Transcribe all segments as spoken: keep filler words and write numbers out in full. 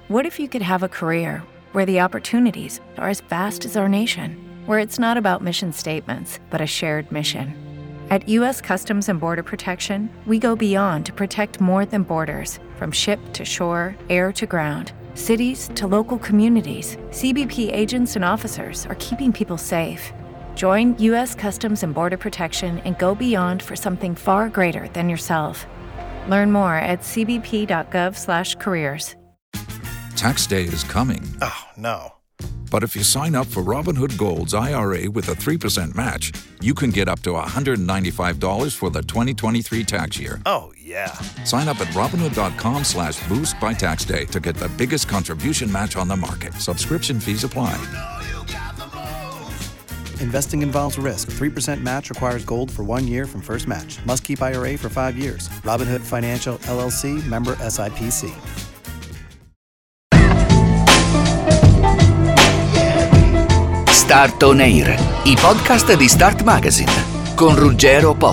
What if you could have a career where the opportunities are as vast as our nation, where it's not about mission statements, but a shared mission? At U S Customs and Border Protection, we go beyond to protect more than borders. From ship to shore, air to ground, cities to local communities, C B P agents and officers are keeping people safe. Join U S Customs and Border Protection and go beyond for something far greater than yourself. Learn more at c b p dot gov slash careers. Tax day is coming. Oh, no. But if you sign up for Robinhood Gold's I R A with a three percent match, you can get up to one hundred ninety-five dollars for the twenty twenty-three tax year. Oh, yeah. Sign up at Robinhood.com slash boost by tax day to get the biggest contribution match on the market. Subscription fees apply. Investing involves risk. three percent match requires gold for one year from first match. Must keep I R A for five years. Robinhood Financial, L L C, member S I P C. Start On Air, i podcast di Start Magazine, con Ruggero Po.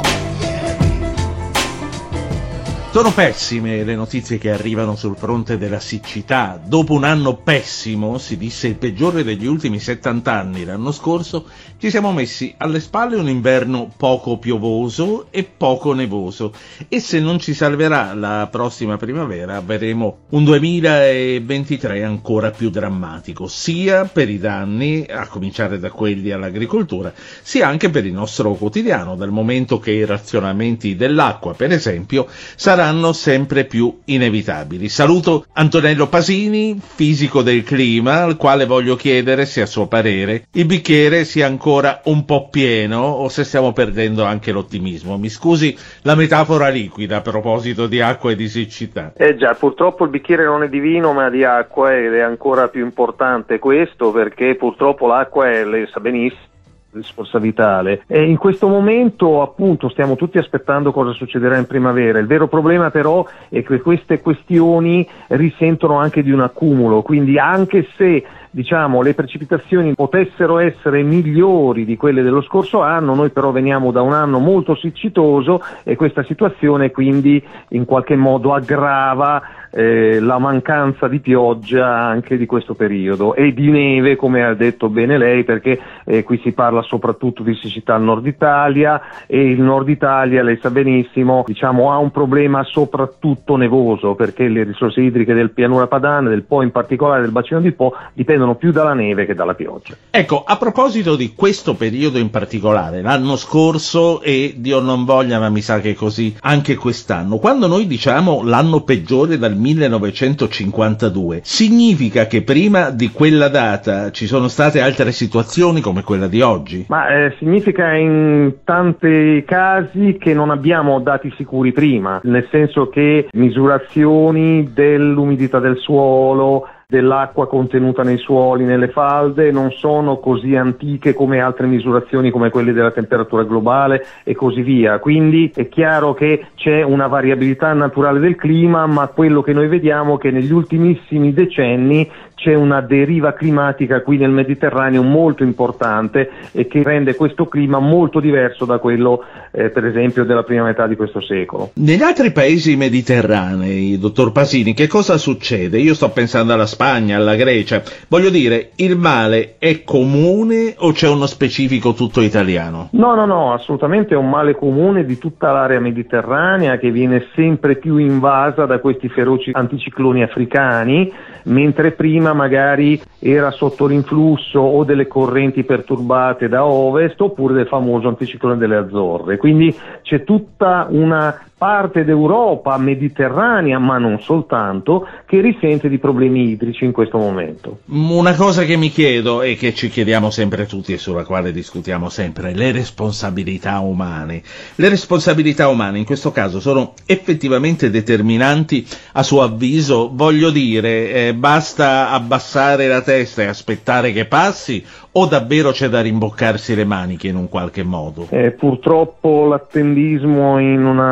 Sono pessime le notizie che arrivano sul fronte della siccità. Dopo un anno pessimo, si disse il peggiore degli ultimi settanta anni, l'anno scorso, ci siamo messi alle spalle un inverno poco piovoso e poco nevoso. E se non ci salverà la prossima primavera, avremo un duemilaventitré ancora più drammatico, sia per i danni, a cominciare da quelli all'agricoltura, sia anche per il nostro quotidiano, dal momento che i razionamenti dell'acqua, per esempio, saranno sempre più inevitabili. Saluto Antonello Pasini, fisico del clima, al quale voglio chiedere se a suo parere il bicchiere sia ancora un po' pieno o se stiamo perdendo anche l'ottimismo. Mi scusi la metafora liquida a proposito di acqua e di siccità. Eh già, purtroppo il bicchiere non è di vino ma di acqua, ed è ancora più importante questo perché purtroppo l'acqua è, lei sa benissimo, risposta vitale, e in questo momento appunto stiamo tutti aspettando cosa succederà in primavera. Il vero problema però è che queste questioni risentono anche di un accumulo, quindi anche se diciamo le precipitazioni potessero essere migliori di quelle dello scorso anno, noi però veniamo da un anno molto siccitoso e questa situazione quindi in qualche modo aggrava eh, la mancanza di pioggia anche di questo periodo e di neve, come ha detto bene lei, perché eh, qui si parla soprattutto di siccità al nord Italia, e il nord Italia, lei sa benissimo, diciamo ha un problema soprattutto nevoso, perché le risorse idriche del pianura padana, del Po in particolare, del bacino di Po, dipendono più dalla neve che dalla pioggia. Ecco, a proposito di questo periodo in particolare, l'anno scorso e Dio non voglia, ma mi sa che è così anche quest'anno, quando noi diciamo l'anno peggiore dal millenovecentocinquantadue, significa che prima di quella data ci sono state altre situazioni come quella di oggi? Ma eh, significa in tanti casi che non abbiamo dati sicuri prima, nel senso che misurazioni dell'umidità del suolo, dell'acqua contenuta nei suoli, nelle falde, non sono così antiche come altre misurazioni come quelle della temperatura globale e così via. Quindi è chiaro che c'è una variabilità naturale del clima, ma quello che noi vediamo è che negli ultimissimi decenni c'è una deriva climatica qui nel Mediterraneo molto importante e che rende questo clima molto diverso da quello eh, per esempio della prima metà di questo secolo. Negli altri paesi mediterranei, dottor Pasini, che cosa succede? Io sto pensando alla Spagna, alla Grecia. Voglio dire, il male è comune o c'è uno specifico tutto italiano? No, no, no, assolutamente è un male comune di tutta l'area mediterranea che viene sempre più invasa da questi feroci anticicloni africani, mentre prima magari era sotto l'influsso o delle correnti perturbate da ovest oppure del famoso anticiclone delle Azzorre. Quindi c'è tutta una parte d'Europa mediterranea, ma non soltanto, che risente di problemi idrici in questo momento. Una cosa che mi chiedo e che ci chiediamo sempre tutti e sulla quale discutiamo sempre, le responsabilità umane. Le responsabilità umane in questo caso sono effettivamente determinanti a suo avviso? Voglio dire, eh, basta abbassare la testa e aspettare che passi o davvero c'è da rimboccarsi le maniche in un qualche modo? Eh, purtroppo l'attendismo in una cosa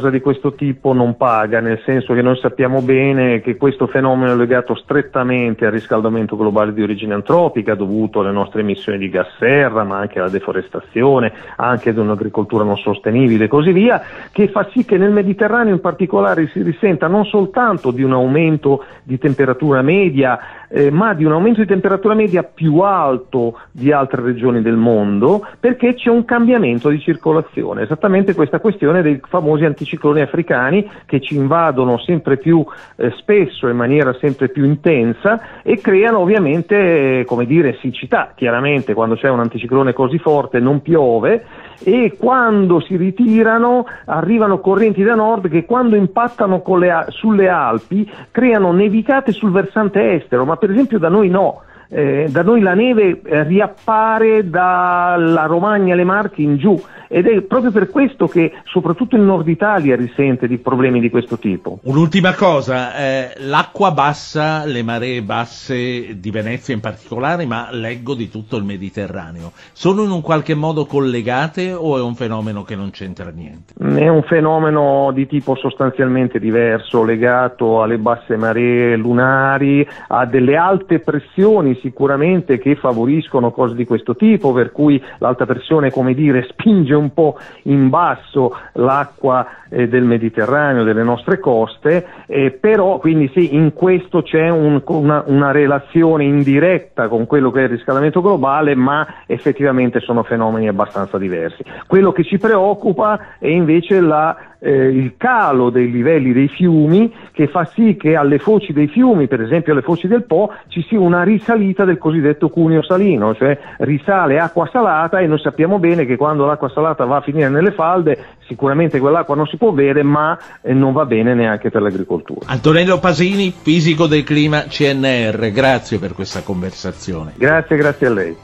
cosa di questo tipo non paga, nel senso che noi sappiamo bene che questo fenomeno è legato strettamente al riscaldamento globale di origine antropica, dovuto alle nostre emissioni di gas serra, ma anche alla deforestazione, anche ad un'agricoltura non sostenibile e così via, che fa sì che nel Mediterraneo in particolare si risenta non soltanto di un aumento di temperatura media, eh, ma di un aumento di temperatura media più alto di altre regioni del mondo, perché c'è un cambiamento di circolazione, esattamente questa questione dei famosi anticicloni africani che ci invadono sempre più eh, spesso in maniera sempre più intensa e creano ovviamente, eh, come dire, siccità. Chiaramente quando c'è un anticiclone così forte non piove, e quando si ritirano arrivano correnti da nord che quando impattano con le, sulle Alpi creano nevicate sul versante estero, ma per esempio da noi no. Eh, da noi la neve eh, riappare dalla Romagna alle Marche in giù, ed è proprio per questo che soprattutto il nord Italia risente di problemi di questo tipo. Un'ultima cosa, eh, l'acqua bassa, le maree basse di Venezia in particolare, ma leggo di tutto il Mediterraneo, sono in un qualche modo collegate o è un fenomeno che non c'entra niente? È un fenomeno di tipo sostanzialmente diverso, legato alle basse maree lunari, a delle alte pressioni sicuramente che favoriscono cose di questo tipo, per cui l'alta pressione, come dire, spinge un po' in basso l'acqua eh, del Mediterraneo, delle nostre coste, eh, però quindi sì, in questo c'è un, una, una relazione indiretta con quello che è il riscaldamento globale, ma effettivamente sono fenomeni abbastanza diversi. Quello che ci preoccupa è invece la Eh, il calo dei livelli dei fiumi, che fa sì che alle foci dei fiumi, per esempio alle foci del Po, ci sia una risalita del cosiddetto cuneo salino, cioè risale acqua salata, e noi sappiamo bene che quando l'acqua salata va a finire nelle falde sicuramente quell'acqua non si può bere, ma eh, non va bene neanche per l'agricoltura. Antonello Pasini, fisico del clima C N R, grazie per questa conversazione. Grazie, grazie a lei.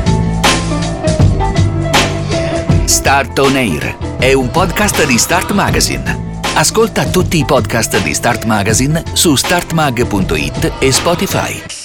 Start On Air è un podcast di Start Magazine. Ascolta tutti i podcast di Start Magazine su startmag punto it e Spotify.